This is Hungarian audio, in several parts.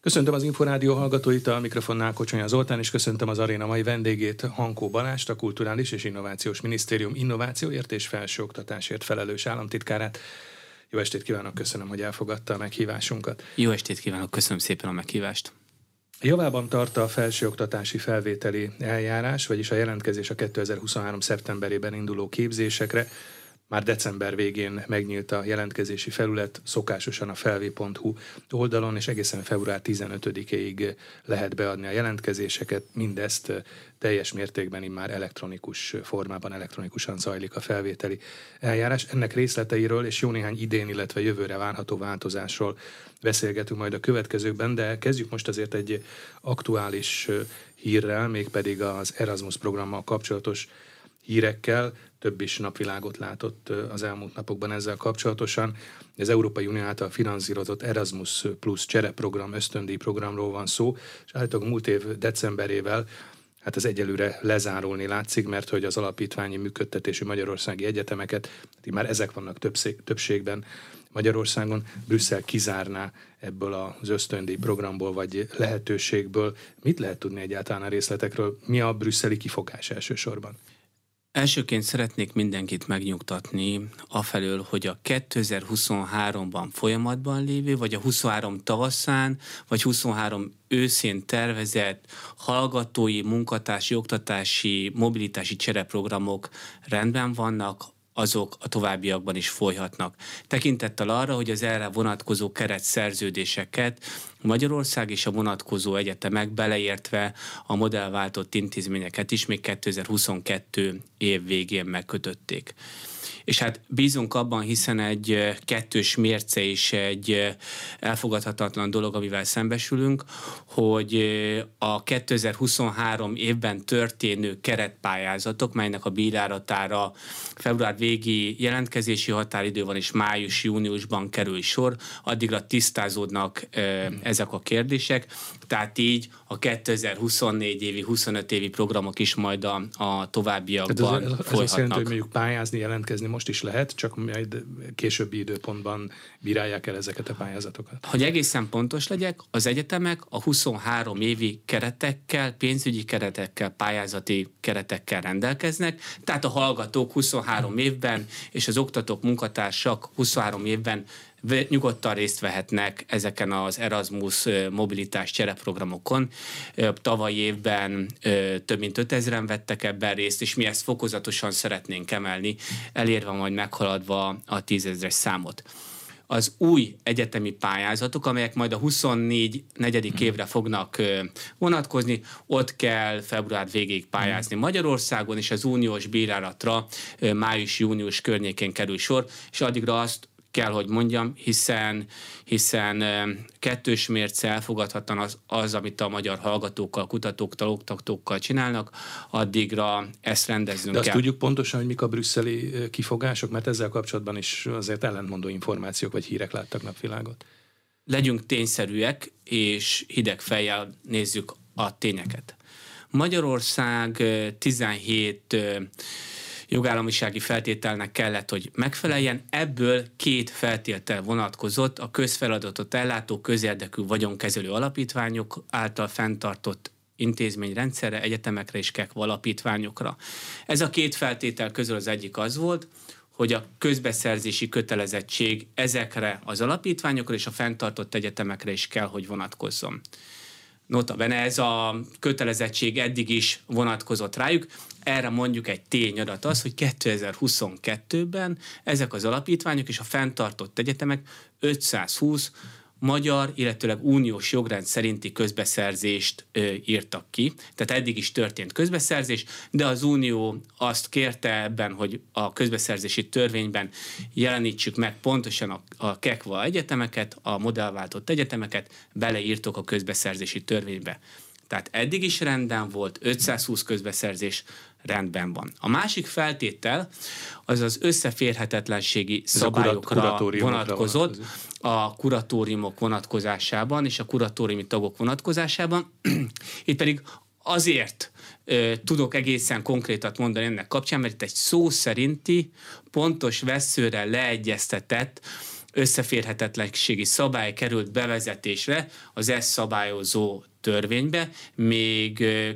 Köszöntöm az Inforádió hallgatóit, a mikrofonnál Kocsonya Zoltán, és köszöntöm az aréna mai vendégét, Hankó Balást, a Kulturális és Innovációs Minisztérium innovációért és felsőoktatásért felelős államtitkárát. Jó estét kívánok, köszönöm, hogy elfogadta a meghívásunkat. Jó estét kívánok, köszönöm szépen a meghívást. Javában tart a felsőoktatási felvételi eljárás, vagyis a jelentkezés a 2023. szeptemberében induló képzésekre. Már december végén megnyílt a jelentkezési felület, szokásosan a felv.hu oldalon, és egészen február 15-ig lehet beadni a jelentkezéseket. Mindezt teljes mértékben immár elektronikus formában, elektronikusan zajlik a felvételi eljárás. Ennek részleteiről és jó néhány idén, illetve jövőre várható változásról beszélgetünk majd a következőkben, de kezdjük most azért egy aktuális hírrel, mégpedig az Erasmus programmal kapcsolatos hírekkel. Több is napvilágot látott az elmúlt napokban ezzel kapcsolatosan. Az Európai Unió által finanszírozott Erasmus Plus csereprogram, ösztöndíj programról van szó, és állítólag múlt év decemberével ez egyelőre lezárulni látszik, mert hogy az alapítványi működtetésű magyarországi egyetemeket, már ezek vannak többségben Magyarországon, Brüsszel kizárná ebből az ösztöndíj programból vagy lehetőségből. Mit lehet tudni egyáltalán a részletekről? Mi a brüsszeli kifogás elsősorban? Elsőként szeretnék mindenkit megnyugtatni afelől, hogy a 2023-ban folyamatban lévő, vagy a 23 tavaszán, vagy 23 őszén tervezett hallgatói, munkatársi, oktatási, mobilitási csereprogramok rendben vannak, azok a továbbiakban is folyhatnak. Tekintettel arra, hogy az erre vonatkozó keretszerződéseket Magyarország és a vonatkozó egyetemek, beleértve a modellváltott intézményeket is még 2022 év végén megkötötték. És bízunk abban, hiszen egy kettős mérce és egy elfogadhatatlan dolog, amivel szembesülünk, hogy a 2023 évben történő keretpályázatok, melynek a bírálatára február végi jelentkezési határidő van, és május-júniusban kerül sor, addigra tisztázódnak ezek a kérdések, tehát így a 2024 évi, 25 évi programok is majd a továbbiakban folyhatnak. Ez azt jelenti, hogy mondjuk pályázni, jelentkezni most is lehet, csak majd későbbi időpontban bírálják el ezeket a pályázatokat. Hogy egészen pontos legyek, az egyetemek a 23 évi keretekkel, pénzügyi keretekkel, pályázati keretekkel rendelkeznek, tehát a hallgatók 23 évben és az oktatók, munkatársak 23 évben nyugodtan részt vehetnek ezeken az Erasmus mobilitás csereprogramokon. Tavalyi évben több mint 5000-en vettek ebben részt, és mi ezt fokozatosan szeretnénk emelni, elérve majd meghaladva a 10 000-es számot. Az új egyetemi pályázatok, amelyek majd a 24. évre fognak vonatkozni, ott kell február végéig pályázni Magyarországon, és az uniós bírálatra május-június környékén kerül sor, és addigra azt kell, hogy mondjam, hiszen kettős mérce elfogadhatlan az, amit a magyar hallgatókkal, kutatókkal, oktatókkal csinálnak, addigra ezt rendeznünk kell. De azt tudjuk pontosan, hogy mik a brüsszeli kifogások, mert ezzel kapcsolatban is azért ellentmondó információk vagy hírek láttak napvilágot. Legyünk tényszerűek, és hideg fejjel nézzük a tényeket. Magyarország 17 jogállamisági feltételnek kellett, hogy megfeleljen. Ebből 2 feltétel vonatkozott a közfeladatot ellátó közérdekű vagyonkezelő alapítványok által fenntartott intézményrendszerre, egyetemekre és KEKV alapítványokra. Ez a 2 feltétel közül az egyik az volt, hogy a közbeszerzési kötelezettség ezekre az alapítványokra és a fenntartott egyetemekre is kell, hogy vonatkozzon. Notabene ez a kötelezettség eddig is vonatkozott rájuk. Erre mondjuk egy tényadat az, hogy 2022-ben ezek az alapítványok és a fenntartott egyetemek 520 magyar, illetőleg uniós jogrend szerinti közbeszerzést írtak ki. Tehát eddig is történt közbeszerzés, de az unió azt kérte ebben, hogy a közbeszerzési törvényben jelenítsük meg pontosan a KEKVA egyetemeket, a modellváltott egyetemeket, beleírtok a közbeszerzési törvénybe. Tehát eddig is rendben volt, 520 közbeszerzés rendben van. A másik feltétel az az összeférhetetlenségi szabályokra vonatkozott, a kuratóriumok vonatkozásában és a kuratóriumi tagok vonatkozásában. Itt pedig azért tudok egészen konkrétat mondani ennek kapcsán, mert itt egy szó szerinti, pontos vesszőre leegyeztetett összeférhetetlenségi szabály került bevezetésre az ezt szabályozó törvénybe, még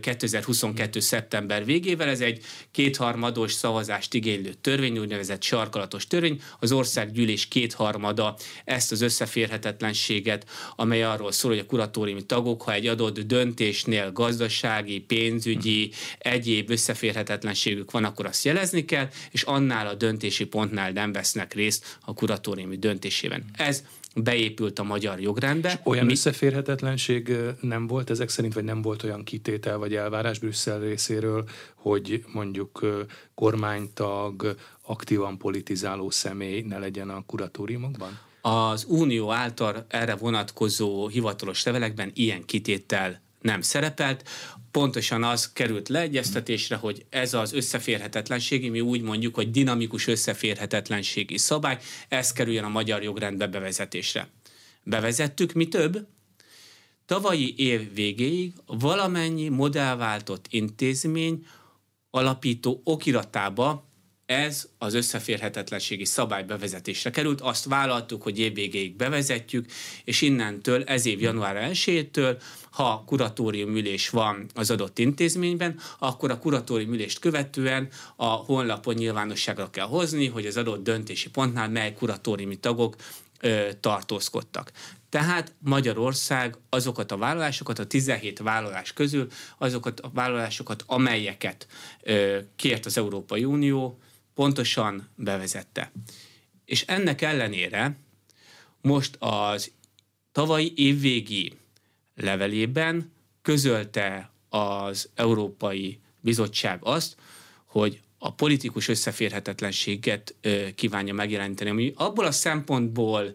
2022. szeptember végével. Ez egy kétharmados szavazást igénylő törvény, úgynevezett sarkalatos törvény. Az országgyűlés kétharmada ezt az összeférhetetlenséget, amely arról szól, hogy a kuratóriumi tagok, ha egy adott döntésnél gazdasági, pénzügyi, egyéb összeférhetetlenségük van, akkor azt jelezni kell, és annál a döntési pontnál nem vesznek részt a kuratóriumi döntésében. Ez beépült a magyar jogrendbe. És olyan összeférhetetlenség nem volt ezek szerint, vagy nem volt olyan kitétel vagy elvárás Brüsszel részéről, hogy mondjuk kormánytag, aktívan politizáló személy ne legyen a kuratóriumokban? Az Unió által erre vonatkozó hivatalos levelekben ilyen kitétel nem szerepelt. Pontosan az került leegyeztetésre, hogy ez az összeférhetetlenségi, mi úgy mondjuk, hogy dinamikus összeférhetetlenségi szabály, ez kerüljön a magyar jogrendbe bevezetésre. Bevezettük, mi több, tavalyi év végéig valamennyi modellváltott intézmény alapító okiratába ez az összeférhetetlenségi szabály bevezetésre került. Azt vállaltuk, hogy évvégéig bevezetjük, és innentől ez év január 1-től, ha kuratóriumülés van az adott intézményben, akkor a kuratóriumülést követően a honlapon nyilvánosságra kell hozni, hogy az adott döntési pontnál mely kuratóriumi tagok tartózkodtak. Tehát Magyarország azokat a vállalásokat, a 17 vállalás közül, azokat a vállalásokat, amelyeket kért az Európai Unió, pontosan bevezette. És ennek ellenére most az tavalyi évvégi levelében közölte az Európai Bizottság azt, hogy a politikus összeférhetetlenséget kívánja megjelenteni, ami abból a szempontból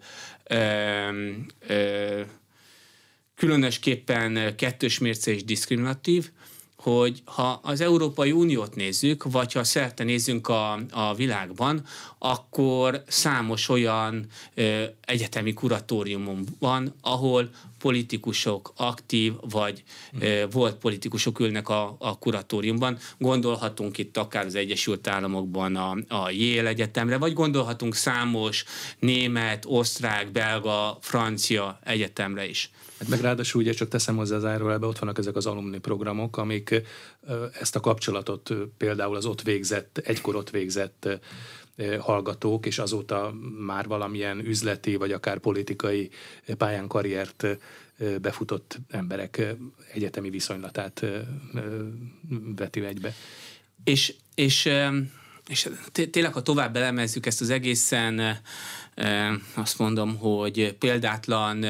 különösképpen kettős mérce és diszkriminatív, hogy ha az Európai Uniót nézzük, vagy ha szerte nézzünk a világban, akkor számos olyan egyetemi kuratóriumon van, ahol politikusok, aktív vagy volt politikusok ülnek a kuratóriumban. Gondolhatunk itt akár az Egyesült Államokban a Yale Egyetemre, vagy gondolhatunk számos német, osztrák, belga, francia egyetemre is. Hát meg ráadásul ugye csak teszem hozzá az zárójelbe, ott vannak ezek az alumni programok, amik ezt a kapcsolatot például az egykor ott végzett hallgatók, és azóta már valamilyen üzleti, vagy akár politikai pályán karriert befutott emberek egyetemi viszonylatát veti egybe. És tényleg, ha tovább elemezzük ezt az egészen, azt mondom, hogy példátlan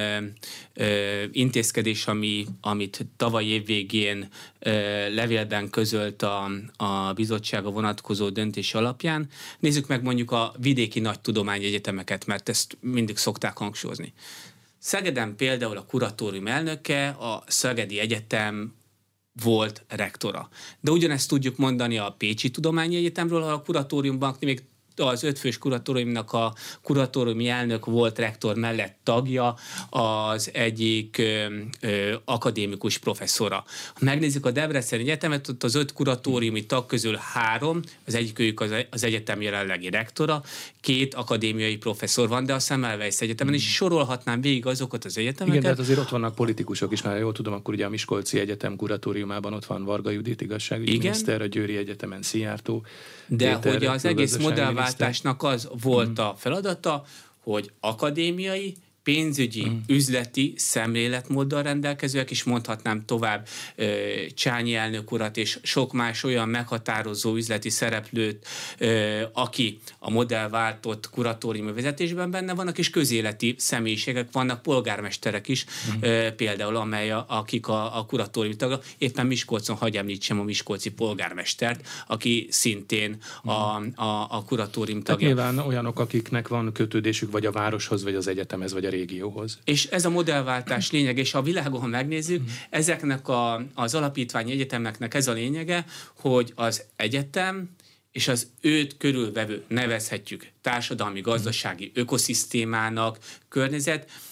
intézkedés, amit tavaly év végén levélben közölt a bizottság a vonatkozó döntés alapján. Nézzük meg mondjuk a vidéki nagy tudományegyetemeket, mert ezt mindig szokták hangsúlyozni. Szegeden például a kuratórium elnöke, a Szegedi Egyetem volt rektora. De ugyanezt tudjuk mondani a Pécsi Tudományi Egyetemről, a kuratóriumban még az 5 fős kuratóriumnak a kuratóriumi elnök volt rektor mellett tagja, az egyik akadémikus professzora. Ha megnézzük a Debreceni Egyetemet, ott az 5 kuratóriumi tag közül 3, az egyikőjük az egyetem jelenlegi rektora, 2 akadémiai professzor van, de a Semmelweis Egyetemen is sorolhatnám végig azokat az egyetemeket. Igen, de hát azért ott vannak politikusok is, már jól tudom, akkor ugye a Miskolci Egyetem kuratóriumában ott van Varga Judit igazságügyi miniszter, a Győri Egyetemen Szijjártó De hogy az egész modellváltásnak az volt a feladata, hogy akadémiai, pénzügyi, üzleti szemléletmóddal rendelkezőek, és mondhatnám tovább Csányi elnök urat és sok más olyan meghatározó üzleti szereplőt, aki a modellváltott kuratóriumi vezetésben benne vannak, és közéleti személyiségek vannak, polgármesterek is, például akik a kuratóriumi tagok. Éppen Miskolcon hadd említsem a miskolci polgármestert, aki szintén a kuratórium tagja. Nyilván olyanok, akiknek van kötődésük vagy a városhoz, vagy az egyetemhez, vagy a régióhoz. És ez a modellváltás lényeg, és ha a világon megnézzük, ezeknek az alapítványi egyetemeknek ez a lényege, hogy az egyetem és az őt körülvevő, nevezhetjük társadalmi, gazdasági ökoszisztémának, környezet,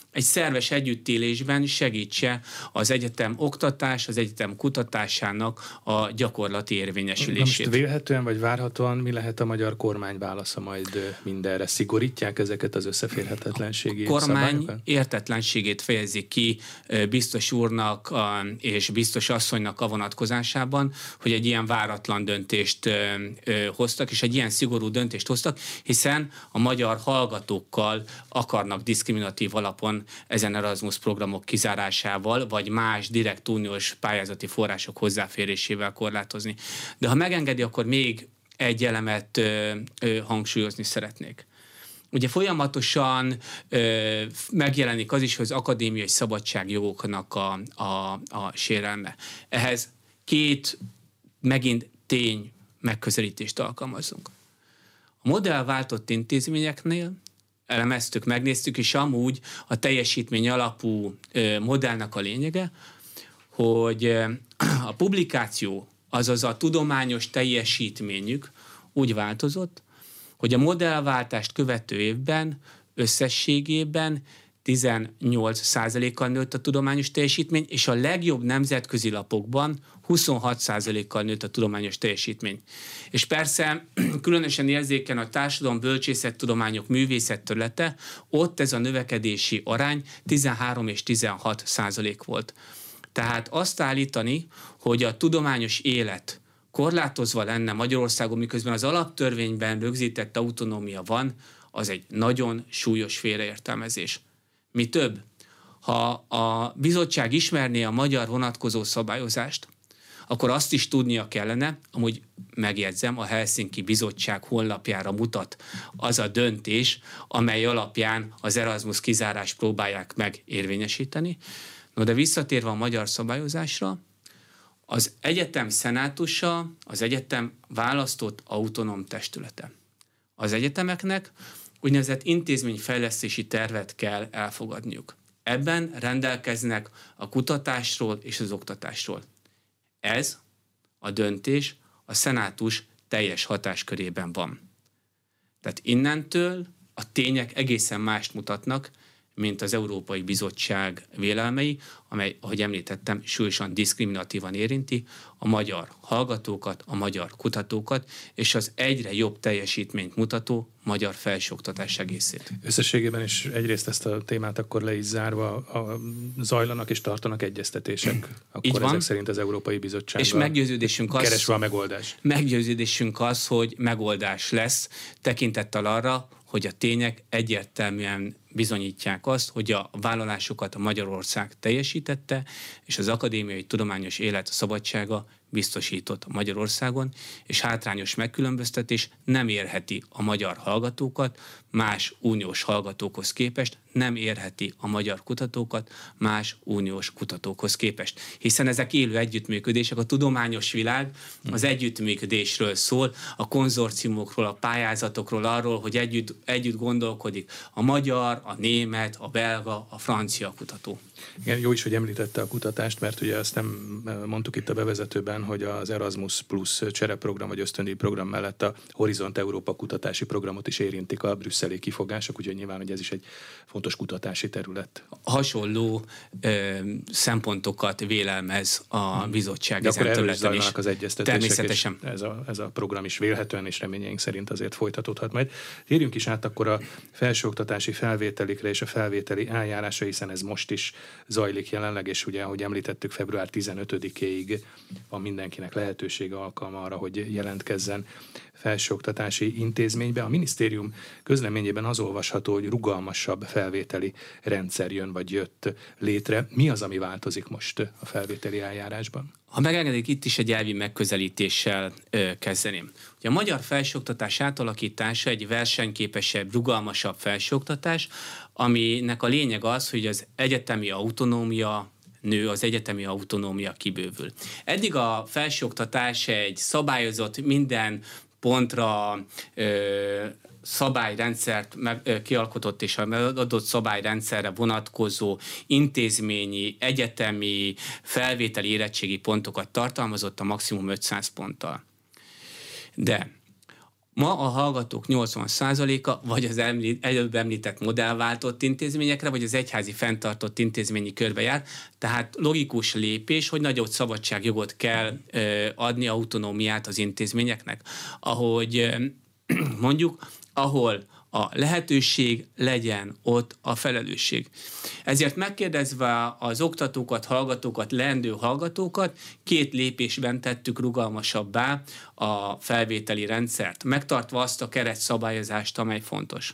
egy szerves együttélésben segítse az egyetem oktatás, az egyetem kutatásának a gyakorlati érvényesülését. Most vélhetően vagy várhatóan mi lehet a magyar kormány válasza majd mindenre? Szigorítják ezeket az összeférhetetlenségi szabályokat? A kormány értetlenségét fejezi ki biztos úrnak és biztos asszonynak a vonatkozásában, hogy egy ilyen váratlan döntést hoztak, és egy ilyen szigorú döntést hoztak, hiszen a magyar hallgatókkal akarnak diszkriminatív alapon ezen Erasmus programok kizárásával, vagy más direkt uniós pályázati források hozzáférésével korlátozni. De ha megengedi, akkor még egy elemet hangsúlyozni szeretnék. Ugye folyamatosan megjelenik az is, hogy az akadémiai szabadságjogoknak a sérelme. Ehhez két megint tény megközelítést alkalmazunk. A modellváltott intézményeknél elemeztük, megnéztük, és amúgy a teljesítmény alapú modellnek a lényege, hogy a publikáció, azaz a tudományos teljesítményük úgy változott, hogy a modellváltást követő évben összességében 18%-kal nőtt a tudományos teljesítmény, és a legjobb nemzetközi lapokban 26%-kal nőtt a tudományos teljesítmény. És persze különösen érzéken a társadalom, bölcsészettudományok, művészet területe, ott ez a növekedési arány 13 és 16% volt. Tehát azt állítani, hogy a tudományos élet korlátozva lenne Magyarországon, miközben az alaptörvényben rögzített autonómia van, az egy nagyon súlyos félreértelmezés. Mi több, ha a bizottság ismerné a magyar vonatkozó szabályozást, akkor azt is tudnia kellene, amúgy megjegyzem, a Helsinki Bizottság honlapjára mutat az a döntés, amely alapján az Erasmus kizárást próbálják meg érvényesíteni. No, de visszatérve a magyar szabályozásra, az egyetem szenátusa, az egyetem választott autonóm testülete. Az egyetemeknek úgynevezett intézményfejlesztési tervet kell elfogadniuk. Ebben rendelkeznek a kutatásról és az oktatásról. Ez a döntés a szenátus teljes hatáskörében van. Tehát innentől a tények egészen mást mutatnak, mint az Európai Bizottság vélelmei, amely, ahogy említettem, súlyosan diszkriminatívan érinti a magyar hallgatókat, a magyar kutatókat, és az egyre jobb teljesítményt mutató magyar felsőoktatás egészét. Összességében is egyrészt ezt a témát akkor le is zárva zajlanak és tartanak egyeztetések. Akkor ezek szerint az Európai Bizottsággal és meggyőződésünk az, keresve a megoldást. Meggyőződésünk az, hogy megoldás lesz, tekintettel arra, hogy a tények egyértelműen bizonyítják azt, hogy a vállalásokat a Magyarország teljesítette, és az akadémiai tudományos élet szabadsága biztosított Magyarországon, és hátrányos megkülönböztetés nem érheti a magyar hallgatókat más uniós hallgatókhoz képest, nem érheti a magyar kutatókat más uniós kutatókhoz képest. Hiszen ezek élő együttműködések, a tudományos világ az együttműködésről szól, a konzorciumokról, a pályázatokról, arról, hogy együtt gondolkodik a magyar, a német, a belga, a francia kutató. Igen, jó is, hogy említette a kutatást, mert ugye azt nem mondtuk itt a bevezetőben, hogy az Erasmus Plus csereprogram vagy ösztöndíj program mellett a Horizont Európa kutatási programot is érintik a brüsszeli kifogások, úgyhogy nyilván, hogy ez is egy fontos kutatási terület. Hasonló szempontokat vélelmez a bizottság ezen területen is. Az egyeztetések, természetesen. Ez a program is vélhetően és reményeink szerint azért folytatódhat majd. Térjünk is át akkor a felsőoktatási felvételikre és a felvételi eljárásra, hiszen ez most is zajlik jelenleg, és ugye, ahogy említettük, február 15-éig van mindenkinek lehetősége, alkalma arra, hogy jelentkezzen felsőoktatási intézménybe. A minisztérium közleményében az olvasható, hogy rugalmasabb felvételi rendszer jön vagy jött létre. Mi az, ami változik most a felvételi eljárásban? Ha megengedik, itt is egy elvi megközelítéssel kezdeném. Ugye a magyar felsőoktatás átalakítása egy versenyképesebb, rugalmasabb felsőoktatás, aminek a lényeg az, hogy az egyetemi autonómia nő, az egyetemi autonómia kibővül. Eddig a felsőoktatás egy szabályozott, minden pontra szabályrendszert kialkotott és adott szabályrendszerre vonatkozó intézményi, egyetemi felvételi érettségi pontokat tartalmazott a maximum 500 ponttal. De Ma a hallgatók 80%-a vagy az előbb említett modellváltott intézményekre, vagy az egyházi fenntartott intézményi körbe jár, tehát logikus lépés, hogy nagyobb szabadságjogot kell adni, autonómiát az intézményeknek. Ahogy mondjuk, ahol a lehetőség, legyen ott a felelősség. Ezért megkérdezve az oktatókat, hallgatókat, leendő hallgatókat, 2 lépésben tettük rugalmasabbá a felvételi rendszert, megtartva azt a keretszabályozást, amely fontos.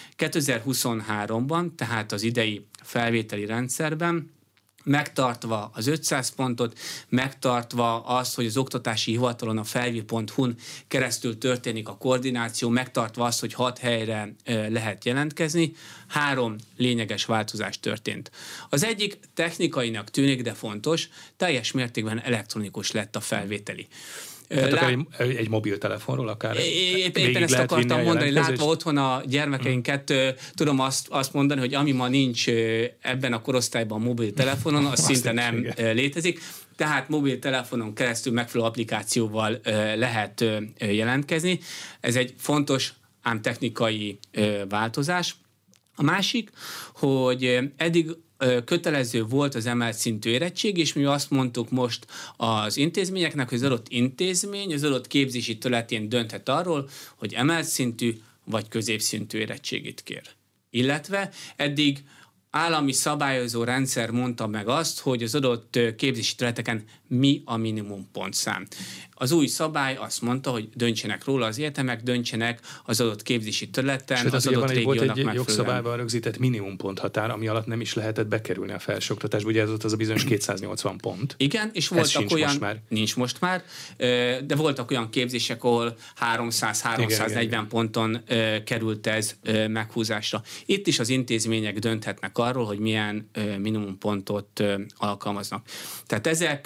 2023-ban, tehát az idei felvételi rendszerben megtartva az 500 pontot, megtartva azt, hogy az oktatási hivatalon a felvi.hu-n keresztül történik a koordináció, megtartva azt, hogy 6 helyre lehet jelentkezni, 3 lényeges változás történt. Az egyik technikainak tűnik, de fontos, teljes mértékben elektronikus lett a felvételi. Tehát akár egy mobiltelefonról akár éppen ezt akartam mondani, látva otthon a gyermekeinket, tudom azt mondani, hogy ami ma nincs ebben a korosztályban mobiltelefonon, az szinte nem létezik. Tehát mobiltelefonon keresztül megfelelő applikációval lehet jelentkezni. Ez egy fontos, ám technikai változás. A másik, hogy eddig kötelező volt az emelt szintű érettség, és mi azt mondtuk most az intézményeknek, hogy az adott intézmény az adott képzési területén dönthet arról, hogy emelt szintű vagy középszintű érettségit kér. Illetve eddig állami szabályozó rendszer mondta meg azt, hogy az adott képzési területeken mi a minimum pontszám. Az új szabály azt mondta, hogy döntsenek róla az egyetemek, döntsenek az adott képzési területen, sőt, az adott régiónak volt egy megfelelően. jogszabályban rögzített minimum ponthatár, ami alatt nem is lehetett bekerülni a felsőoktatásba. Ugye ez ott az a bizonyos 280 pont. Igen, és voltak olyan, nincs most már, de voltak olyan képzések, ahol 300-340 ponton került ez meghúzásra. Itt is az intézmények dönthetnek arról, hogy milyen minimumpontot alkalmaznak. Tehát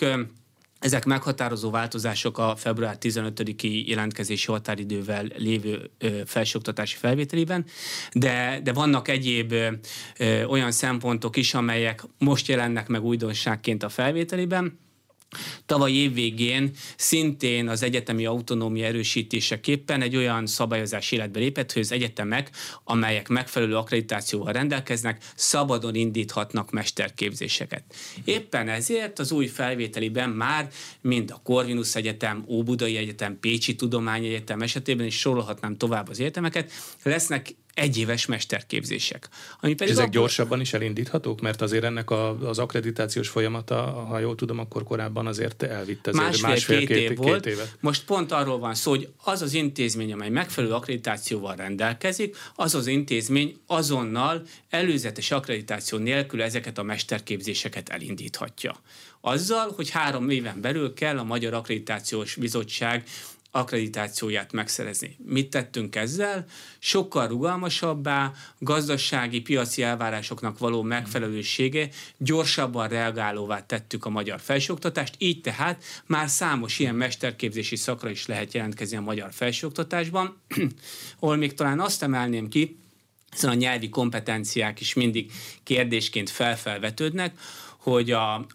ezek meghatározó változások a február 15-i jelentkezési határidővel lévő felsőoktatási felvételében, de vannak egyéb olyan szempontok is, amelyek most jelennek meg újdonságként a felvételiben. Tavaly évvégén szintén az egyetemi autonómia erősítéseképpen egy olyan szabályozás életbe lépett, hogy az egyetemek, amelyek megfelelő akkreditációval rendelkeznek, szabadon indíthatnak mesterképzéseket. Éppen ezért az új felvételiben már mind a Corvinus Egyetem, Óbudai Egyetem, Pécsi Tudományegyetem esetében is sorolhatnám tovább az egyetemeket, lesznek egyéves mesterképzések. És ezek gyorsabban is elindíthatók? Mert azért ennek az akkreditációs folyamata, ha jól tudom, akkor korábban azért elvitt azért másfél-két év volt. Évet. Most pont arról van szó, hogy az az intézmény, amely megfelelő akkreditációval rendelkezik, az az intézmény azonnal előzetes akkreditáció nélkül ezeket a mesterképzéseket elindíthatja. Azzal, hogy 3 éven belül kell a Magyar Akkreditációs Bizottság akkreditációját megszerezni. Mit tettünk ezzel? Sokkal rugalmasabbá, gazdasági, piaci elvárásoknak való megfelelősége, gyorsabban reagálóvá tettük a magyar felsőoktatást, így tehát már számos ilyen mesterképzési szakra is lehet jelentkezni a magyar felsőoktatásban, ahol még talán azt emelném ki, hiszen a nyelvi kompetenciák is mindig kérdésként felvetődnek, hogy a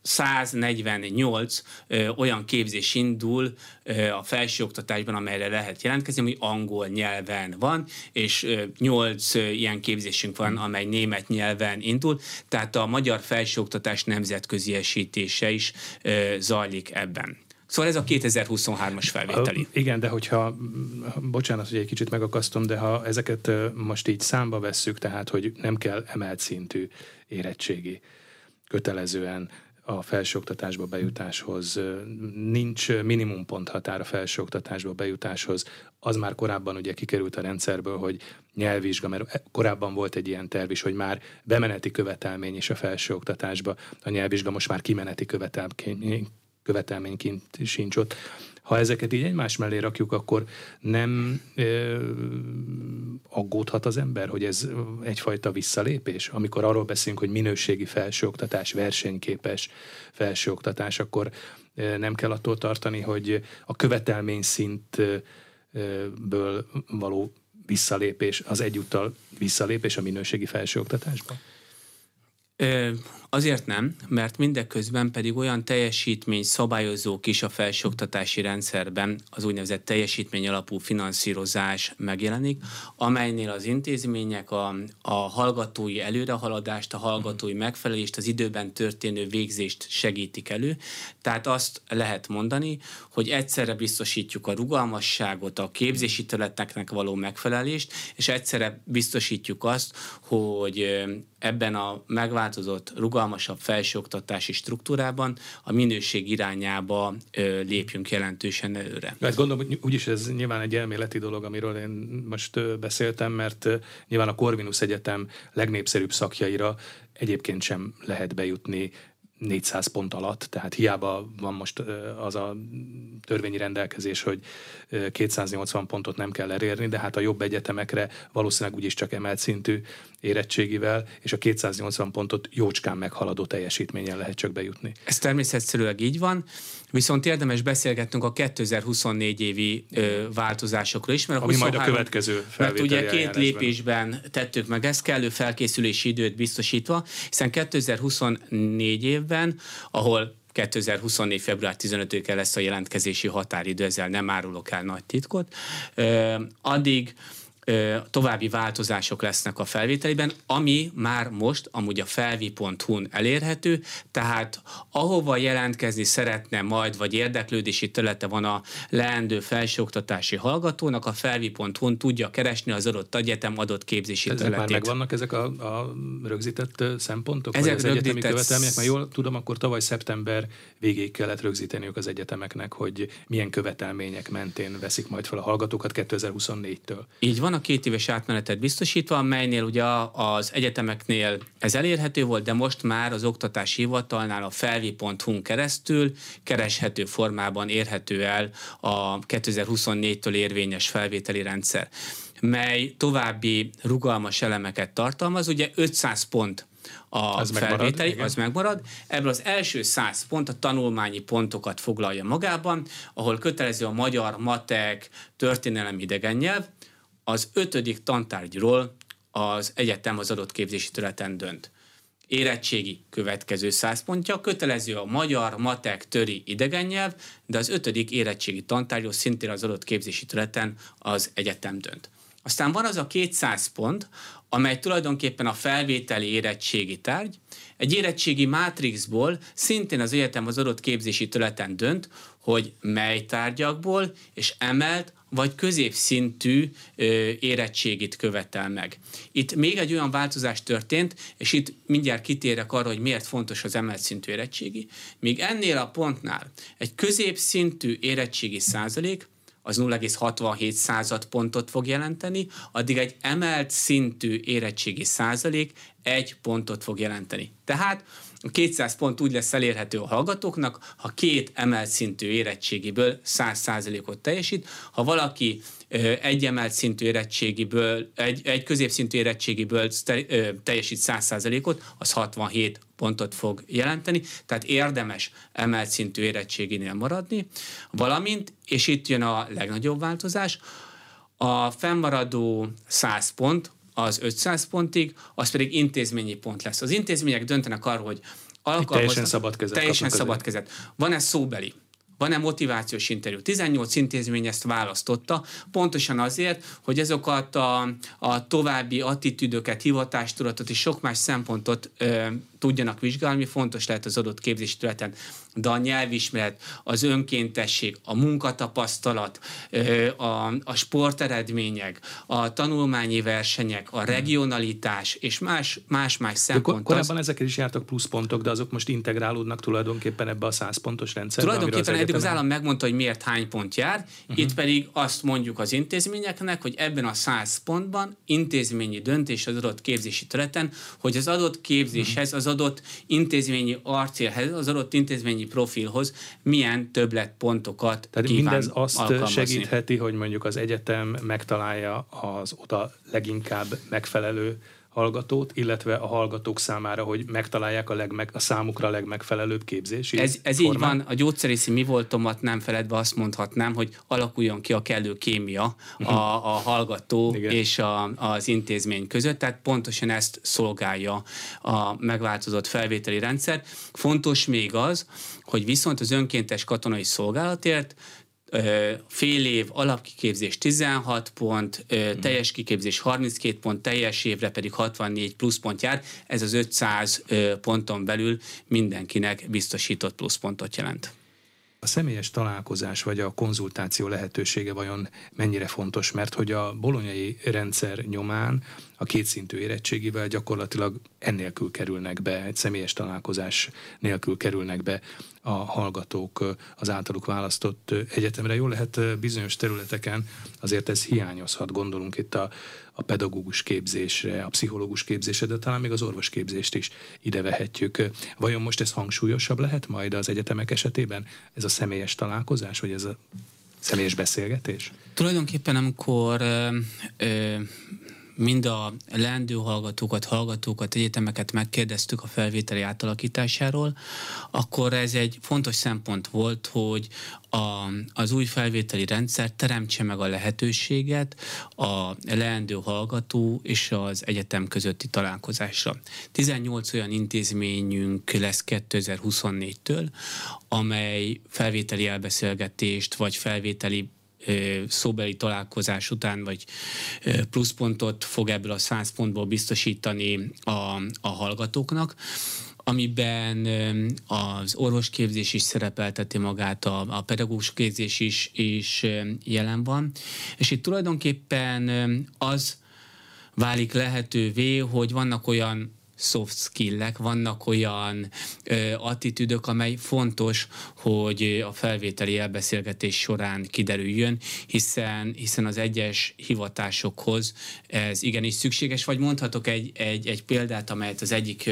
148 olyan képzés indul a felsőoktatásban, amelyre lehet jelentkezni, ami angol nyelven van, és 8 ilyen képzésünk van, amely német nyelven indul, tehát a magyar felsőoktatás nemzetközi esítése is zajlik ebben. Szóval ez a 2023-as felvételi. Igen, de hogyha, bocsánat, hogy egy kicsit megakasztom, de ha ezeket most így számba vesszük, tehát, hogy nem kell emelt szintű érettségi kötelezően a felsőoktatásba bejutáshoz, nincs minimumponthatár a felsőoktatásba bejutáshoz, az már korábban ugye kikerült a rendszerből, hogy nyelvvizsga, mert korábban volt egy ilyen terv is, hogy már bemeneti követelmény is a felsőoktatásba, a nyelvvizsga most már kimeneti követelményként sincs ott. Ha ezeket így egymás mellé rakjuk, akkor nem aggódhat az ember, hogy ez egyfajta visszalépés? Amikor arról beszélünk, hogy minőségi felsőoktatás, versenyképes felsőoktatás, akkor nem kell attól tartani, hogy a követelmény szintből való visszalépés, az egyúttal visszalépés a minőségi felsőoktatásban? Azért nem, mert mindeközben pedig olyan teljesítmény szabályozók is a felsőoktatási rendszerben, az úgynevezett teljesítmény alapú finanszírozás megjelenik, amelynél az intézmények a hallgatói előrehaladást, a hallgatói megfelelést, az időben történő végzést segítik elő. Tehát azt lehet mondani, hogy egyszerre biztosítjuk a rugalmasságot, a képzési területeknek való megfelelést, és egyszerre biztosítjuk azt, hogy ebben a megváltozott, rugalmasabb felsőoktatási struktúrában a minőség irányába lépjünk jelentősen előre. Hát gondolom, hogy úgyis ez nyilván egy elméleti dolog, amiről én most beszéltem, mert nyilván a Corvinus Egyetem legnépszerűbb szakjaira egyébként sem lehet bejutni 400 pont alatt, tehát hiába van most az a törvényi rendelkezés, hogy 280 pontot nem kell elérni, de hát a jobb egyetemekre valószínűleg úgyis csak emelt szintű érettségivel, és a 280 pontot jócskán meghaladó teljesítményen lehet csak bejutni. Ez természetszerűleg így van, viszont érdemes beszélgetnünk a 2024 évi változásokról is, mert ami majd a következő felvételi mert ugye 2 lépésben tettük meg ezt, kellő felkészülési időt biztosítva, hiszen 2024 évben, ahol 2024. február 15-e lesz a jelentkezési határidő, ezzel nem árulok el nagy titkot, addig további változások lesznek a felvételiben, ami már most amúgy a felvi.hu-n elérhető, tehát ahova jelentkezni szeretne majd, vagy érdeklődési területe van a leendő felsőoktatási hallgatónak, a felvi.hu-n tudja keresni az adott egyetem adott képzési területét. Már megvannak ezek a rögzített szempontok? Ezek vagy az egyetemi követelmények? Mert jól tudom, akkor tavaly szeptember végéig kellett rögzíteniük az egyetemeknek, hogy milyen követelmények mentén veszik majd fel a hallgatókat 2024-től. Így van, a 2 éves átmenetet biztosítva, melynél ugye az egyetemeknél ez elérhető volt, de most már az oktatási hivatalnál a felvi.hu-n keresztül kereshető formában érhető el a 2024-től érvényes felvételi rendszer, mely további rugalmas elemeket tartalmaz. Ugye 500 pont a felvételi, az megmarad. Ebből az első 100 pont a tanulmányi pontokat foglalja magában, ahol kötelező a magyar, matek, történelem, idegen nyelv. Az 5. tantárgyról az egyetem az adott képzési területen dönt. Érettségi következő 100 pontja, kötelező a magyar, matek, töri, idegen nyelv, de az 5. érettségi tantárgyról szintén az adott képzési területen az egyetem dönt. Aztán van az a 200 pont, amely tulajdonképpen a felvételi érettségi tárgy. Egy érettségi mátrixból szintén az egyetem az adott képzési területen dönt, hogy mely tárgyakból és emelt vagy középszintű érettségit követel meg. Itt még egy olyan változás történt, és itt mindjárt kitérek arra, hogy miért fontos az emelt szintű érettségi. Míg ennél a pontnál egy középszintű érettségi százalék az 0,67 pontot fog jelenteni, addig egy emelt szintű érettségi százalék 1 pontot fog jelenteni. Tehát a 200 pont úgy lesz elérhető a hallgatóknak, ha 2 emelt szintű érettségiből 100%-ot teljesít. Ha valaki egy emelt szintű érettségiből, egy középszintű érettségiből teljesít 100%-ot, az 67 pontot fog jelenteni, tehát érdemes emelt szintű érettséginél maradni, valamint, és itt jön a legnagyobb változás, a fennmaradó 100 pont, az 500 pontig, az pedig intézményi pont lesz. Az intézmények döntenek arról, hogy teljesen szabad kezet. Teljesen szabad kezet. Van-e szóbeli? Van-e motivációs interjú? 18 intézmény ezt választotta, pontosan azért, hogy azokat a további attitűdöket, hivatástudatot és sok más szempontot tudjanak vizsgálni, fontos lehet az adott képzési területen, de a nyelvismeret, az önkéntesség, a munkatapasztalat, a sporteredmények, a tanulmányi versenyek, a regionalitás és más szempont. Korábban ezekkel is jártak pluszpontok, de azok most integrálódnak tulajdonképpen ebbe a 100 pontos rendszerbe. Tulajdonképpen eddig az állam megmondta, hogy miért hány pont jár, itt pedig azt mondjuk az intézményeknek, hogy ebben a 100 pontban intézményi döntés az adott képzési területen, hogy az adott képzéshez, az adott intézményi arcélhez, az adott intézményi profilhoz milyen többletpontokat Tehát kíván mindez azt alkalmazni. segítheti, hogy mondjuk az egyetem megtalálja az oda leginkább megfelelő hallgatót, illetve a hallgatók számára, hogy megtalálják a számukra a legmegfelelőbb képzési Ez így van, a gyógyszerészi mi voltomat nem feledve azt mondhatnám, hogy alakuljon ki a kellő kémia a hallgató és az intézmény között, tehát pontosan ezt szolgálja a megváltozott felvételi rendszer. Fontos még az, hogy viszont az önkéntes katonai szolgálatért fél év alapkiképzés 16 pont, teljes kiképzés 32 pont, teljes évre pedig 64 pluszpont jár. Ez az 500 ponton belül mindenkinek biztosított pluszpontot jelent. A személyes találkozás vagy a konzultáció lehetősége vajon mennyire fontos, mert hogy a bolonyai rendszer nyomán a kétszintű érettségivel gyakorlatilag ennélkül kerülnek be, egy személyes találkozás nélkül kerülnek be a hallgatók az általuk választott egyetemre. Jól lehet bizonyos területeken azért ez hiányozhat, gondolunk itt a pedagógus képzésre, a pszichológus képzésre, de talán még az orvosképzést is ide vehetjük. Vajon most ez hangsúlyosabb lehet majd az egyetemek esetében? Ez a személyes találkozás, vagy ez a személyes beszélgetés? Tulajdonképpen amikor mind a leendő hallgatókat, egyetemeket megkérdeztük a felvételi átalakításáról, akkor ez egy fontos szempont volt, hogy az új felvételi rendszer teremtse meg a lehetőséget a leendő hallgató és az egyetem közötti találkozásra. 18 olyan intézményünk lesz 2024-től, amely felvételi elbeszélgetést vagy felvételi szóbeli találkozás után, vagy pluszpontot fog ebből a 100 pontból biztosítani a hallgatóknak, amiben az orvosképzés is szerepelteti magát, a pedagógus képzés is jelen van. És itt tulajdonképpen az válik lehetővé, hogy vannak olyan soft skill-ek, vannak olyan attitűdök, amely fontos, hogy a felvételi elbeszélgetés során kiderüljön, hiszen az egyes hivatásokhoz ez igenis szükséges, vagy mondhatok egy példát, amelyet az egyik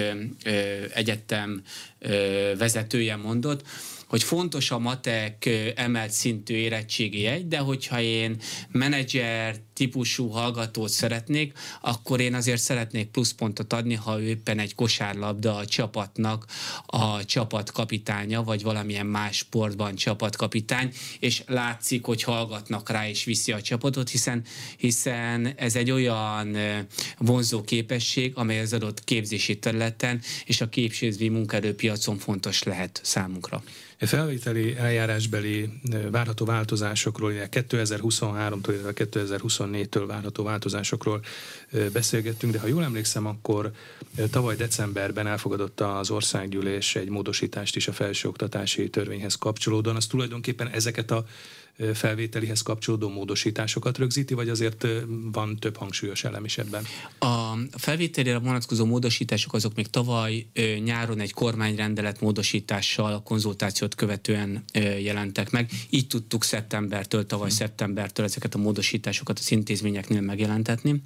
egyetem vezetője mondott, hogy fontos a matek emelt szintű érettségi jegy, de hogyha én menedzser típusú hallgatót szeretnék, akkor én azért szeretnék pluszpontot adni, ha ő éppen egy kosárlabda a csapatnak a csapatkapitánya, vagy valamilyen más sportban csapatkapitány, és látszik, hogy hallgatnak rá és viszi a csapatot, hiszen ez egy olyan vonzó képesség, amely az adott képzési területen és a képzésbeli munkaerőpiacon fontos lehet számunkra. A felvételi eljárásbeli várható változásokról, 2023-tól, illetve 2024-től várható változásokról beszélgettünk, de ha jól emlékszem, akkor tavaly decemberben elfogadott az országgyűlés egy módosítást is a felsőoktatási törvényhez kapcsolódóan. Az tulajdonképpen ezeket a felvételihez kapcsolódó módosításokat rögzíti, vagy azért van több hangsúlyos elem is ebben? A felvételére vonatkozó módosítások azok még tavaly nyáron egy kormányrendelet módosítással a konzultációt követően jelentek meg. Így tudtuk tavaly szeptembertől ezeket a módosításokat az intézményeknél megjelentetni.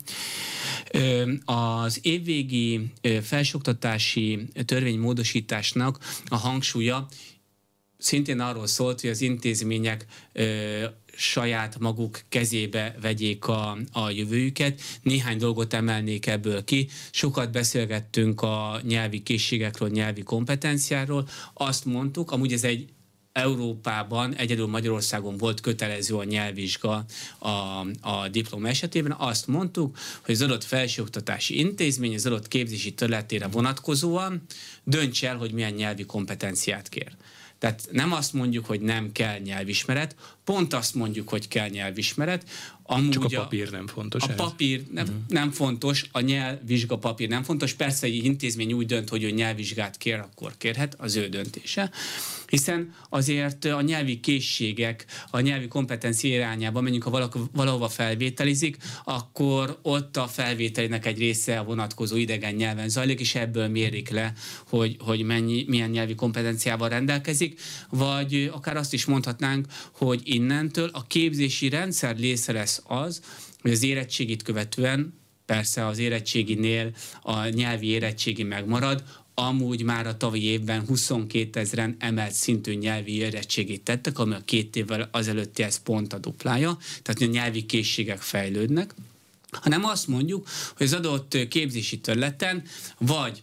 Az évvégi felsőoktatási törvénymódosításnak a hangsúlya szintén arról szólt, hogy az intézmények saját maguk kezébe vegyék a jövőjüket. Néhány dolgot emelnék ebből ki. Sokat beszélgettünk a nyelvi készségekről, nyelvi kompetenciáról. Azt mondtuk, amúgy ez egy Európában, egyedül Magyarországon volt kötelező a nyelvvizsga a diploma esetében. Azt mondtuk, hogy az adott felsőoktatási intézmény az adott képzési területére vonatkozóan dönts el, hogy milyen nyelvi kompetenciát kér. Tehát nem azt mondjuk, hogy nem kell nyelvismeret, pont azt mondjuk, hogy kell nyelvismeret. Amúgy csak a papír nem fontos. A papír nem fontos, a nyelvvizsga papír nem fontos. Persze egy intézmény úgy dönt, hogy ő nyelvvizsgát kér, akkor kérhet, az ő döntése. Hiszen azért a nyelvi készségek, a nyelvi kompetencia irányába menjünk, ha valahova felvételizik, akkor ott a felvételének egy része a vonatkozó idegen nyelven zajlik, és ebből mérik le, hogy milyen nyelvi kompetenciával rendelkezik, vagy akár azt is mondhatnánk, hogy innentől a képzési rendszer része lesz az, hogy az érettségit követően, persze az érettséginél a nyelvi érettségi megmarad, amúgy már a tavalyi évben 22 000 emelt szintű nyelvi érettségit tettek, ami a 2 évvel azelőttihez pont a duplája, tehát a nyelvi készségek fejlődnek. hanem azt mondjuk, hogy az adott képzési területen vagy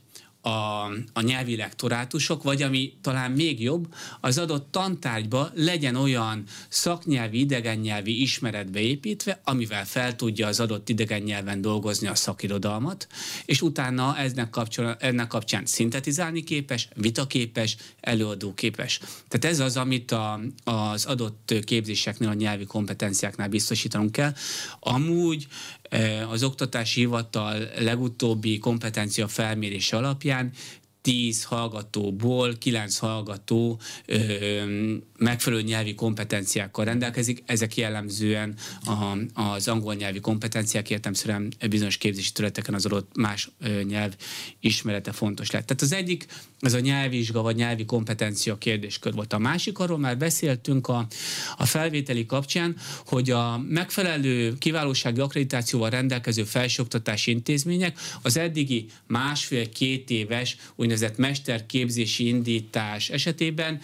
a nyelvi lektorátusok, vagy ami talán még jobb, az adott tantárgyba legyen olyan szaknyelvi, idegennyelvi ismeretbe építve, amivel fel tudja az adott idegen nyelven dolgozni a szakirodalmat, és utána ennek kapcsán szintetizálni képes, vitaképes, előadóképes. Tehát ez az, amit az adott képzéseknél, a nyelvi kompetenciáknál biztosítanunk kell. Amúgy az Oktatási Hivatal legutóbbi kompetencia felmérése alapján 10 hallgatóból 9 hallgató megfelelő nyelvi kompetenciákkal rendelkezik. Ezek jellemzően az angol nyelvi kompetenciák, értelemszerűen bizonyos képzési területeken az adott más nyelv ismerete fontos lett. Tehát az egyik, ez a nyelvvizsga vagy nyelvi kompetencia kérdéskör volt. A másik, arról már beszéltünk a felvételi kapcsán, hogy a megfelelő kiválósági akkreditációval rendelkező felsőoktatási intézmények az eddigi 1,5-2 éves úgynevezett mesterképzési indítás esetében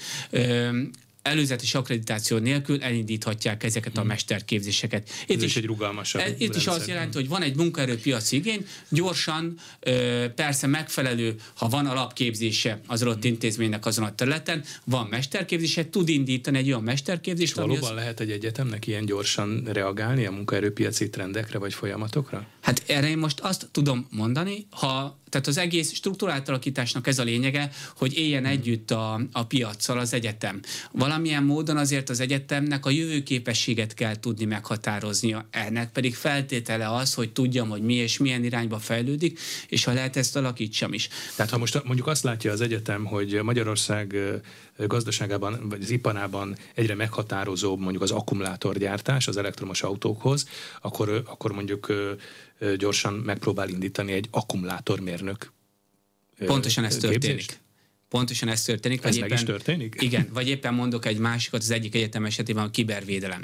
előzetes akkreditáció nélkül elindíthatják ezeket a mesterképzéseket. Itt is egy rugalmasabb Itt is azt jelenti, hogy van egy munkaerőpiaci igény, gyorsan, persze megfelelő, ha van alapképzése az adott intézménynek azon a területen, van mesterképzése, tud indítani egy olyan mesterképzést. Valóban lehet egy egyetemnek ilyen gyorsan reagálni a munkaerőpiaci trendekre vagy folyamatokra? Hát erre én most azt tudom mondani, tehát az egész struktúrált alakításnak ez a lényege, hogy éljen együtt a piaccal az egyetem. Valamilyen módon azért az egyetemnek a jövőképességet kell tudni meghatároznia. Ennek pedig feltétele az, hogy tudjam, hogy mi és milyen irányba fejlődik, és ha lehet, ezt alakítsam is. Tehát ha most mondjuk azt látja az egyetem, hogy Magyarország gazdaságában vagy az iparában egyre meghatározóbb mondjuk az akkumulátorgyártás az elektromos autókhoz, akkor mondjuk gyorsan megpróbál indítani egy akkumulátormérnök. Pontosan ez történik. Pontosan ez történik. Ez meg is történik? Igen, vagy éppen mondok egy másikat, az egyik egyetem esetében a kibervédelem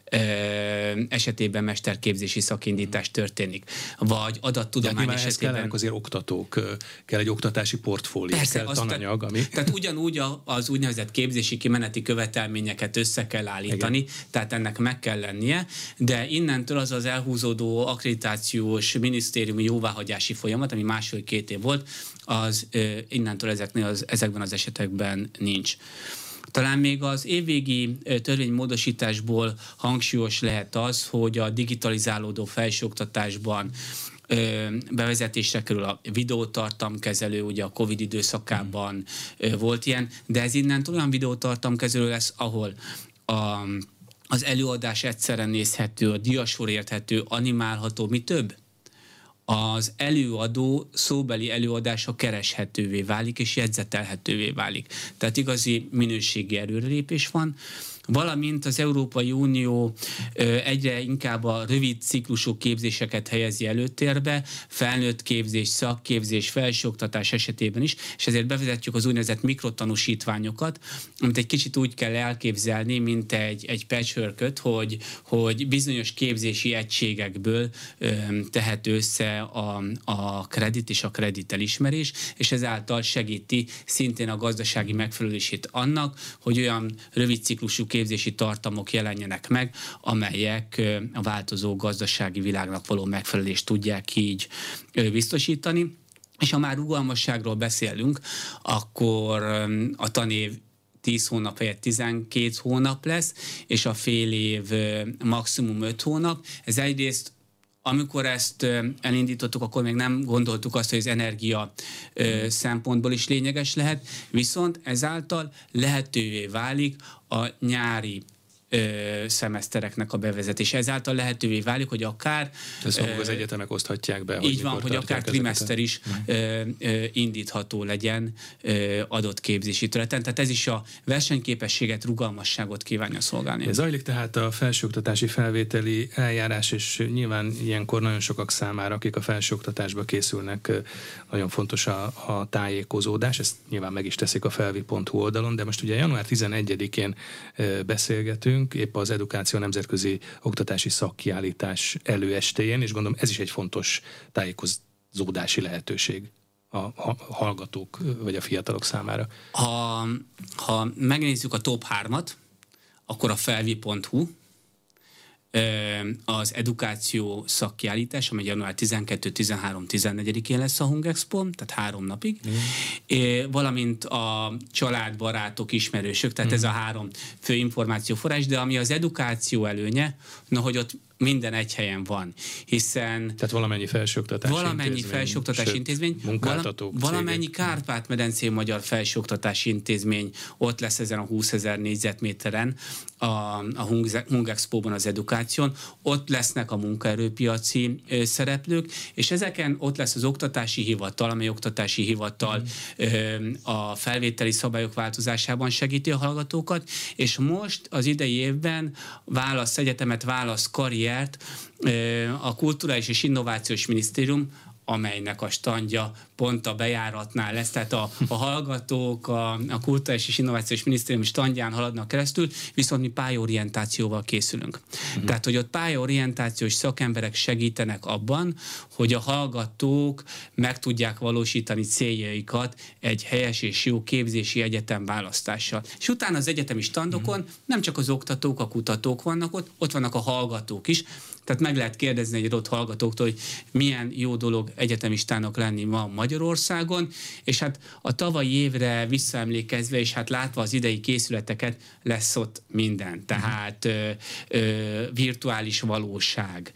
esetében mesterképzési szakindítás történik. Vagy adattudomány esetében. Kellenek azért oktatók, kell egy oktatási portfólió, persze, kell tananyag, ami... Tehát ugyanúgy az úgynevezett képzési kimeneti követelményeket össze kell állítani, igen. Tehát ennek meg kell lennie, de innentől az elhúzódó akkreditációs minisztériumi jóváhagyási folyamat, ami 1,5-2 év volt, az innentől ezekben az esetekben nincs. Talán még az évvégi törvénymódosításból hangsúlyos lehet az, hogy a digitalizálódó felsőoktatásban bevezetésre kerül a videótartamkezelő, ugye a Covid időszakában volt ilyen, de ez innentől olyan videótartamkezelő lesz, ahol az előadás egyszerre nézhető, a diasor érthető, animálható, mi több? Az előadó szóbeli előadása kereshetővé válik, és jegyzetelhetővé válik. Tehát igazi minőségi előrelépés van, valamint az Európai Unió egyre inkább a rövid ciklusú képzéseket helyezi előtérbe, felnőtt képzés, szakképzés, felsőoktatás esetében is, és ezért bevezetjük az úgynevezett mikrotanúsítványokat, amit egy kicsit úgy kell elképzelni, mint egy patchworköt, hogy bizonyos képzési egységekből tehető össze a kredit és a kredit elismerés, és ezáltal segíti szintén a gazdasági megfelelését annak, hogy olyan rövid ciklusú képzési tartamok jelenjenek meg, amelyek a változó gazdasági világnak való megfelelést tudják így biztosítani. És ha már rugalmasságról beszélünk, akkor a tanév 10 hónap helyett 12 hónap lesz, és a fél év maximum 5 hónap. Ez egyrészt, amikor ezt elindítottuk, akkor még nem gondoltuk azt, hogy az energia szempontból is lényeges lehet, viszont ezáltal lehetővé válik a nyári szemesztereknek a bevezetés. Ezáltal lehetővé válik, hogy akár... Ezt az egyetemek oszthatják be. Így van, hogy akár trimester is indítható legyen adott képzési területen. Tehát ez is a versenyképességet, rugalmasságot kívánja szolgálni. Ez zajlik tehát a felsőoktatási felvételi eljárás, és nyilván ilyenkor nagyon sokak számára, akik a felsőoktatásba készülnek, nagyon fontos a tájékozódás. Ezt nyilván meg is teszik a felvi.hu oldalon, de most ugye január 11-én beszélgetünk, épp az Edukáció Nemzetközi Oktatási Szakkiállítás előestéjén, és gondolom ez is egy fontos tájékozódási lehetőség a hallgatók vagy a fiatalok számára. Ha megnézzük a top 3-at, akkor a felvi.hu, az edukáció szakkiállítás, amely január 12, 13, 14-én lesz a Hungexpo, tehát 3 napig, valamint a családbarátok, ismerősök, tehát ez a 3 fő információforrás, de ami az edukáció előnye, hogy ott minden egy helyen van, hiszen... Tehát valamennyi felsőoktatási intézmény, munkáltatók, valamennyi Kárpát-medencei magyar felsőoktatási intézmény ott lesz ezen a 20 000 négyzetméteren a Hungexpo-ban az edukáción, ott lesznek a munkaerőpiaci szereplők, és ezeken ott lesz az oktatási hivatal, amely oktatási hivatal a felvételi szabályok változásában segíti a hallgatókat, és most az idei évben válasz egyetemet, válasz karriert a Kulturális és Innovációs Minisztérium, amelynek a standja pont a bejáratnál lesz, tehát a hallgatók a Kulturális és Innovációs Minisztérium standján haladnak keresztül, viszont mi pályaorientációval készülünk. Tehát, hogy ott pályaorientációs szakemberek segítenek abban, hogy a hallgatók meg tudják valósítani céljaikat egy helyes és jó képzési egyetem választással. És utána az egyetemi standokon nem csak az oktatók, a kutatók vannak ott vannak a hallgatók is, tehát meg lehet kérdezni egy adott hallgatóktól, hogy milyen jó dolog egyetemistának lenni ma Magyarországon, és hát a tavalyi évre visszaemlékezve, és hát látva az idei készületeket, lesz ott minden. Tehát virtuális valóság,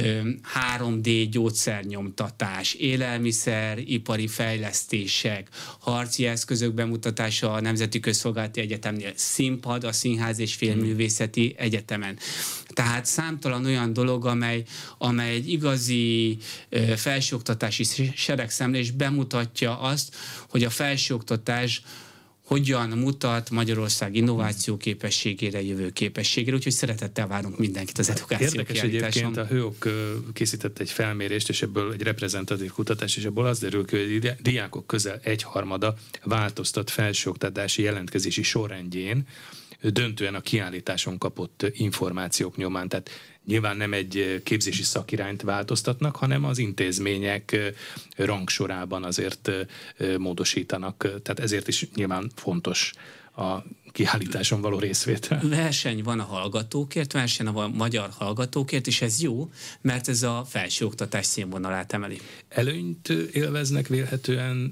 3D gyógyszernyomtatás, élelmiszeripari fejlesztések, harci eszközök bemutatása a Nemzeti Közszolgálati Egyetemnél, színpad a Színház és Filmművészeti Egyetemen. Tehát számtalan olyan dolog, amely egy igazi felsőoktatási seregszemlés bemutatja azt, hogy a felsőoktatás hogyan mutat Magyarország innováció képességére, jövő képességére, úgyhogy szeretettel várunk mindenkit az edukáció Érdekes egyébként, a HÖOK készített egy felmérést, és ebből egy reprezentatív kutatás, és ebből az derül ki, hogy a diákok közel 1/3 változtat felsőoktatási jelentkezési sorrendjén, döntően a kiállításon kapott információk nyomán. Tehát nyilván nem egy képzési szakirányt változtatnak, hanem az intézmények rangsorában azért módosítanak. Tehát ezért is nyilván fontos a kiállításon való részvétel. Verseny van a hallgatókért, verseny a magyar hallgatókért, és ez jó, mert ez a felsőoktatás színvonalát emeli. Előnyt élveznek vélhetően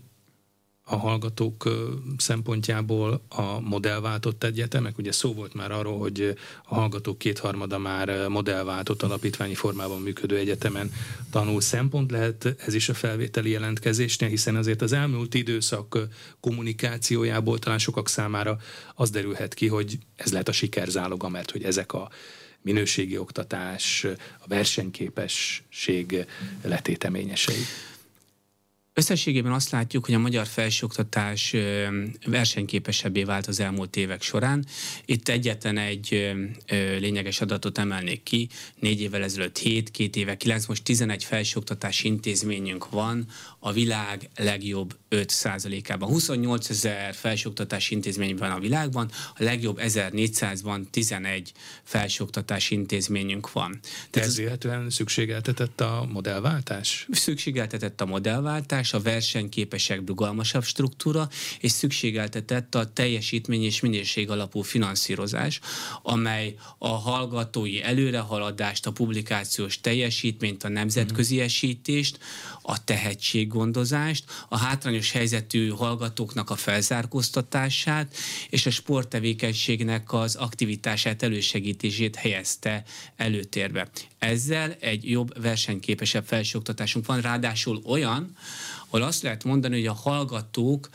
a hallgatók szempontjából a modellváltott egyetemek? Ugye szó volt már arról, hogy a hallgatók 2/3 már modellváltott alapítványi formában működő egyetemen tanul. Szempont lehet ez is a felvételi jelentkezésnél, hiszen azért az elmúlt időszak kommunikációjából talán sokak számára az derülhet ki, hogy ez lehet a sikerzáloga, mert hogy ezek a minőségi oktatás, a versenyképesség letéteményesei. Összességében azt látjuk, hogy a magyar felsőoktatás versenyképesebbé vált az elmúlt évek során. Itt egyetlen egy lényeges adatot emelnék ki. 4 évvel ezelőtt 7, 2 éve 9, most 11 felsőoktatási intézményünk van a világ legjobb 5%-ában. 28 000 felsőoktatási intézmény van a világban, a legjobb 1400-ban 11 felsőoktatási intézményünk van. Tehát ez illetően szükségeltetett a modellváltás? Szükségeltetett a modellváltás, a versenyképesebb, rugalmasabb struktúra, és szükségeltetett a teljesítmény és minőség alapú finanszírozás, amely a hallgatói előrehaladást, a publikációs teljesítményt, a nemzetköziesítést, a tehetséggondozást, a hátrányos helyzetű hallgatóknak a felzárkóztatását és a sporttevékenységnek az aktivitását, elősegítését helyezte előtérbe. Ezzel egy jobb, versenyképesebb felsőoktatásunk van, ráadásul olyan, ahol azt lehet mondani, hogy a hallgatók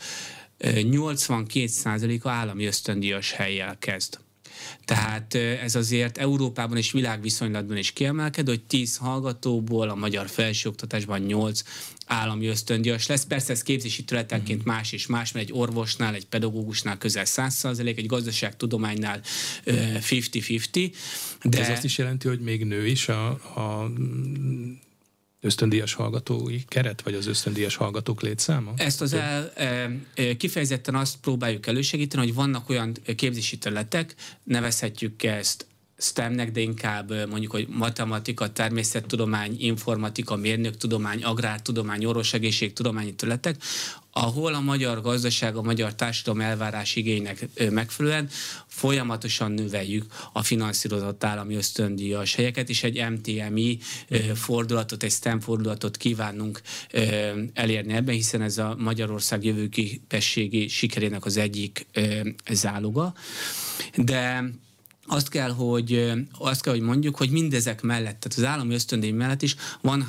82%-a állami ösztöndíjas hellyel kezd. Tehát ez azért Európában és világviszonylatban is kiemelkedő, hogy 10 hallgatóból a magyar felsőoktatásban 8 állami ösztöndíjas lesz. Persze ez képzési területenként más és más, mert egy orvosnál, egy pedagógusnál közel 100%, egy gazdaságtudománynál 50-50. De ez azt is jelenti, hogy még nő is a ösztöndíjas hallgatói keret, vagy az ösztöndíjas hallgatók létszáma? Ezt kifejezetten azt próbáljuk elősegíteni, hogy vannak olyan képzési területek, nevezhetjük ezt STEM-nek, de inkább mondjuk, hogy matematika, természettudomány, informatika, mérnöktudomány, agrártudomány, orvosegészségtudományi területek, ahol a magyar gazdaság, a magyar társadalom elvárás igénynek megfelelően folyamatosan növeljük a finanszírozott állami ösztöndíjas helyeket, és egy MTMI fordulatot, egy STEM fordulatot kívánunk elérni ebben, hiszen ez a Magyarország jövőképességi sikerének az egyik záloga. De azt kell, hogy mondjuk, hogy mindezek mellett, tehát az állami ösztöndíj mellett is van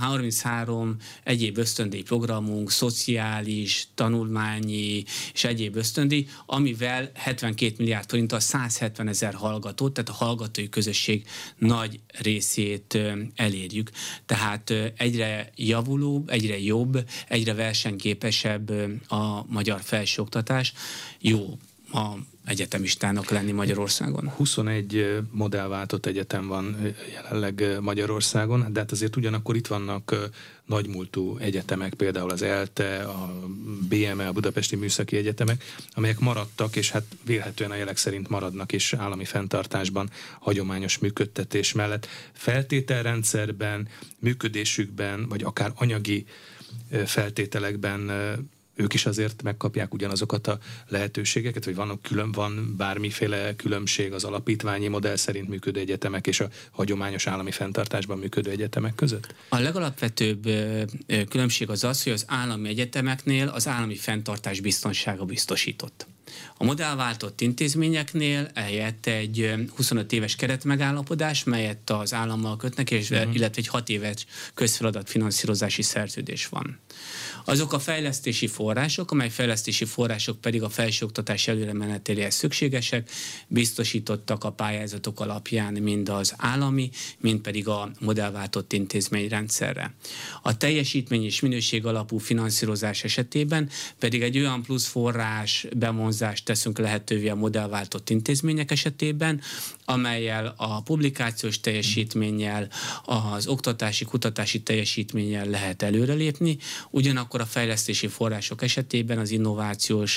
33 egyéb ösztöndíj programunk, szociális, tanulmányi és egyéb ösztöndíj, amivel 72 milliárd forinttal 170 000 hallgatót, tehát a hallgatói közösség nagy részét elérjük. Tehát egyre javulóbb, egyre jobb, egyre versenyképesebb a magyar felsőoktatás. Jó a egyetemistának lenni Magyarországon. 21 modellváltott egyetem van jelenleg Magyarországon, de hát azért ugyanakkor itt vannak nagymúltú egyetemek, például az ELTE, a BME, a Budapesti Műszaki Egyetemek, amelyek maradtak, és hát vélhetően a jelek szerint maradnak is állami fenntartásban, hagyományos működtetés mellett. Feltételrendszerben, működésükben, vagy akár anyagi feltételekben ők is azért megkapják ugyanazokat a lehetőségeket, vagy van bármiféle különbség az alapítványi modell szerint működő egyetemek és a hagyományos állami fenntartásban működő egyetemek között? A legalapvetőbb különbség az az, hogy az állami egyetemeknél az állami fenntartás biztonsága biztosított. A modellváltott intézményeknél eljött egy 25 éves keretmegállapodás, melyet az állammal kötnek, illetve egy 6 éves közfeladat finanszírozási szerződés van. Azok a fejlesztési források, amely fejlesztési források pedig a felsőoktatás előremenetéléhez szükségesek, biztosítottak a pályázatok alapján mind az állami, mind pedig a modellváltott intézményrendszerre. A teljesítmény és minőség alapú finanszírozás esetében pedig egy olyan plusz forrás bevonzást teszünk lehetővé a modellváltott intézmények esetében, amellyel a publikációs teljesítménnyel, az oktatási, kutatási teljesítménnyel lehet előrelépni, ugyanakkor a fejlesztési források esetében az innovációs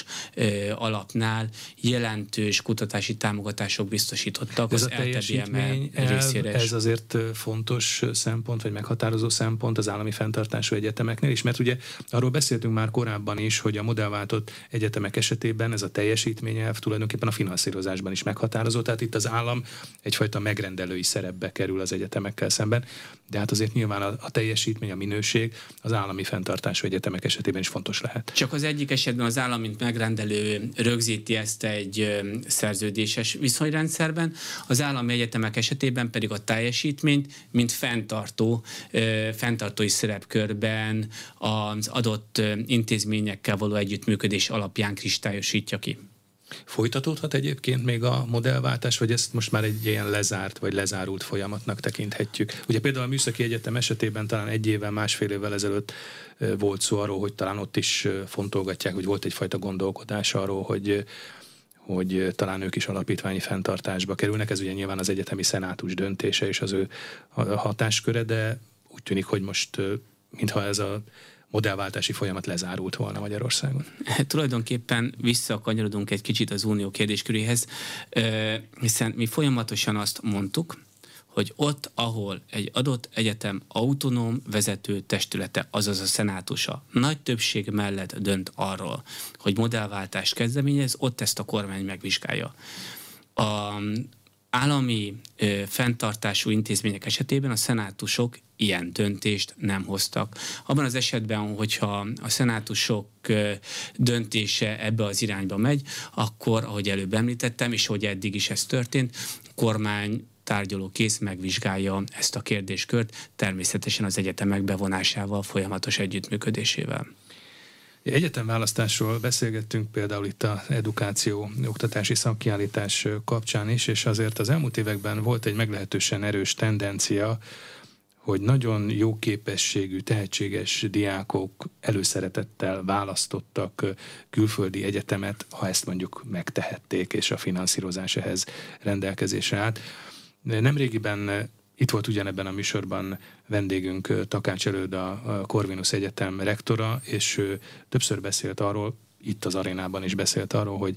alapnál jelentős kutatási támogatások biztosítottak az teljesítmény részére. Ez azért fontos szempont, vagy meghatározó szempont az állami fenntartású egyetemeknél is, mert ugye arról beszéltünk már korábban is, hogy a modellváltott egyetemek esetében ez a teljesítményelv tulajdonképpen a finanszírozásban is meghatározó, tehát itt az állam egyfajta megrendelői szerepbe kerül az egyetemekkel szemben, de hát azért nyilván a teljesítmény, a minőség az állami fenntartású egyetemek esetében is fontos lehet. Csak az egyik esetben az állam, mint megrendelő rögzíti ezt egy szerződéses viszonyrendszerben, az állami egyetemek esetében pedig a teljesítményt, mint fenntartói szerepkörben az adott intézményekkel való együttműködés alapján kristályosítja ki. Folytatódhat egyébként még a modellváltás, vagy ezt most már egy ilyen lezárt vagy lezárult folyamatnak tekinthetjük? Ugye például a Műszaki Egyetem esetében talán egy évvel, másfél évvel ezelőtt volt szó arról, hogy talán ott is fontolgatják, hogy volt egyfajta gondolkodás arról, hogy talán ők is alapítványi fenntartásba kerülnek. Ez ugye nyilván az egyetemi szenátus döntése és az ő hatásköre, de úgy tűnik, hogy most mintha ez a modellváltási folyamat lezárult volna Magyarországon. Tulajdonképpen visszakanyarodunk egy kicsit az unió kérdésköréhez, hiszen mi folyamatosan azt mondtuk, hogy ott, ahol egy adott egyetem autonóm vezető testülete, azaz a szenátusa nagy többség mellett dönt arról, hogy modellváltást kezdeményez, ott ezt a kormány megvizsgálja. Állami fenntartású intézmények esetében a szenátusok ilyen döntést nem hoztak. Abban az esetben, hogyha a szenátusok döntése ebbe az irányba megy, akkor, ahogy előbb említettem, és hogy eddig is ez történt, kormány tárgyalókész megvizsgálja ezt a kérdéskört, természetesen az egyetemek bevonásával, folyamatos együttműködésével. Egyetemválasztásról beszélgettünk például itt az edukáció, oktatási szakkiállítás kapcsán is, és azért az elmúlt években volt egy meglehetősen erős tendencia, hogy nagyon jó képességű, tehetséges diákok előszeretettel választottak külföldi egyetemet, ha ezt mondjuk megtehették, és a finanszírozás ehhez rendelkezésre állt. Nemrégiben itt volt ugyanebben a műsorban vendégünk Takács Előd, a Corvinus Egyetem rektora, és ő többször beszélt arról, itt az arénában is beszélt arról, hogy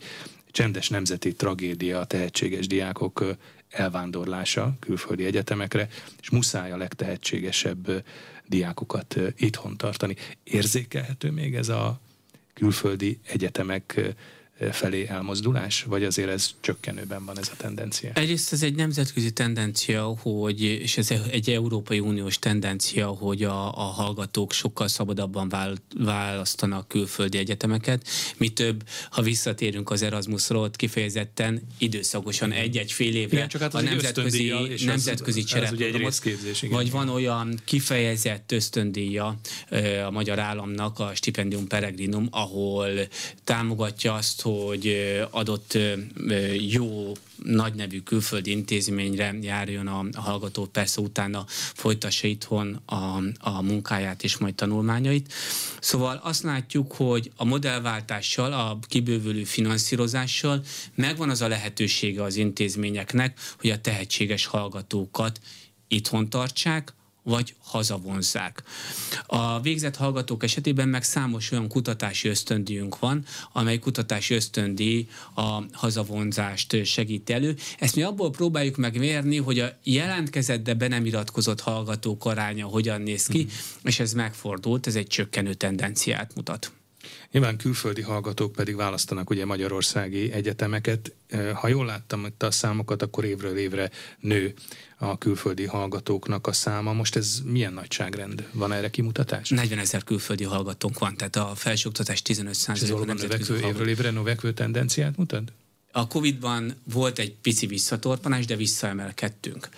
csendes nemzeti tragédia a tehetséges diákok elvándorlása külföldi egyetemekre, és muszáj a legtehetségesebb diákokat itthon tartani. Érzékelhető még ez a külföldi egyetemek felé elmozdulás, vagy azért ez csökkenőben van ez a tendencia? Egyrészt ez egy nemzetközi tendencia, és ez egy Európai Uniós tendencia, hogy a hallgatók sokkal szabadabban választanak külföldi egyetemeket. Mi több, ha visszatérünk az Erasmusról, kifejezetten időszakosan egy-egy fél évre igen, csak hát a nemzetközi csereprogramot, vagy van olyan kifejezett ösztöndíja a magyar államnak, a Stipendium Peregrinum, ahol támogatja azt, hogy adott jó, nagynevű külföldi intézményre járjon a hallgató, persze utána folytassa itthon a munkáját és majd tanulmányait. Szóval azt látjuk, hogy a modellváltással, a kibővülő finanszírozással megvan az a lehetősége az intézményeknek, hogy a tehetséges hallgatókat itthon tartsák, vagy hazavonzzák. A végzett hallgatók esetében meg számos olyan kutatási ösztöndíjunk van, amely kutatási ösztöndíj a hazavonzást segít elő. Ezt mi abból próbáljuk megmérni, hogy a jelentkezett, de be nem iratkozott hallgatók aránya hogyan néz ki, és ez megfordult, ez egy csökkenő tendenciát mutat. Nyilván külföldi hallgatók pedig választanak ugye magyarországi egyetemeket. Ha jól láttam itt a számokat, akkor évről évre nő a külföldi hallgatóknak a száma. Most ez milyen nagyságrend? Van erre kimutatás? 40 000 külföldi hallgatónk van, tehát a felsőoktatás 15%-a nemzetközi hallgatók. Évről évre növekvő tendenciát mutat? A Covid-ban volt egy pici visszatorpanás, de visszaemelkedtünk.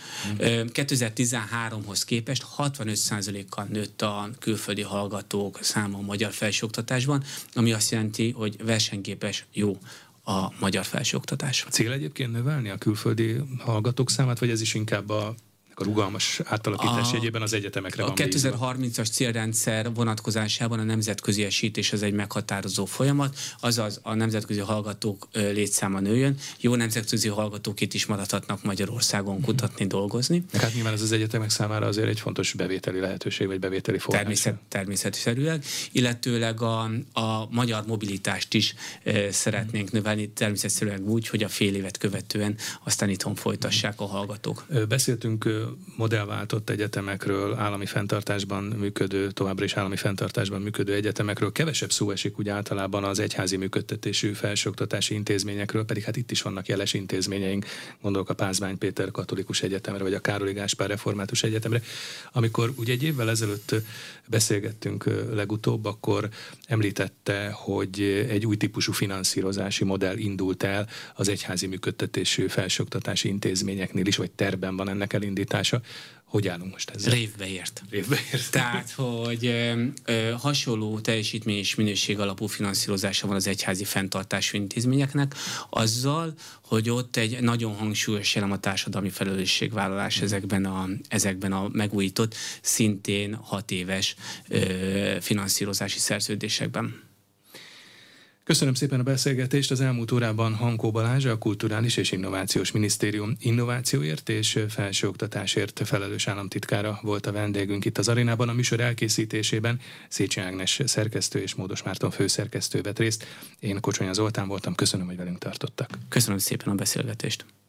2013-hoz képest 65%-kal nőtt a külföldi hallgatók száma a magyar felsőoktatásban, ami azt jelenti, hogy versenyképes, jó a magyar felsőoktatás. A cél egyébként növelni a külföldi hallgatók számát, vagy ez is inkább a rugalmas átalakítás jegyében az egyetemekre van bízva? A 2030-as célrendszer vonatkozásában a nemzetközi esítés az egy meghatározó folyamat, azaz a nemzetközi hallgatók létszáma nőjön. Jó nemzetközi hallgatók itt is maradhatnak Magyarországon kutatni, dolgozni. Hát nyilván ez az egyetemek számára azért egy fontos bevételi lehetőség, vagy bevételi forrás. Természetszerűen, illetőleg a magyar mobilitást is szeretnénk növelni, természetszerűen úgy, hogy a fél évet követően aztán itthon folytassák a hallgatók. Beszéltünk modellváltott egyetemekről, állami fenntartásban működő, továbbra is állami fenntartásban működő egyetemekről. Kevesebb szó esik úgy általában az egyházi működtetésű felsőoktatási intézményekről, pedig hát itt is vannak jeles intézményeink, gondolok a Pázmány Péter Katolikus Egyetemre, vagy a Károly Gáspár Református Egyetemre. Amikor ugye egy évvel ezelőtt beszélgettünk legutóbb, akkor említette, hogy egy új típusú finanszírozási modell indult el az egyházi működtetésű felsőoktatási intézményeknél is, vagy tervben van ennek elindítása. Hogy állunk most ezzel? Révbe ért. Tehát, hogy hasonló teljesítmény és minőség alapú finanszírozása van az egyházi fenntartású intézményeknek, azzal, hogy ott egy nagyon hangsúlyos elem a társadalmi felelősségvállalás ezekben a megújított, szintén 6 éves finanszírozási szerződésekben. Köszönöm szépen a beszélgetést. Az elmúlt órában Hankó Balázs, a Kulturális és Innovációs Minisztérium innovációért és felsőoktatásért felelős államtitkára volt a vendégünk itt az arénában. A műsor elkészítésében Széchenyi Ágnes szerkesztő és Módos Márton főszerkesztő vett részt. Én Kocsonya Zoltán voltam. Köszönöm, hogy velünk tartottak. Köszönöm szépen a beszélgetést.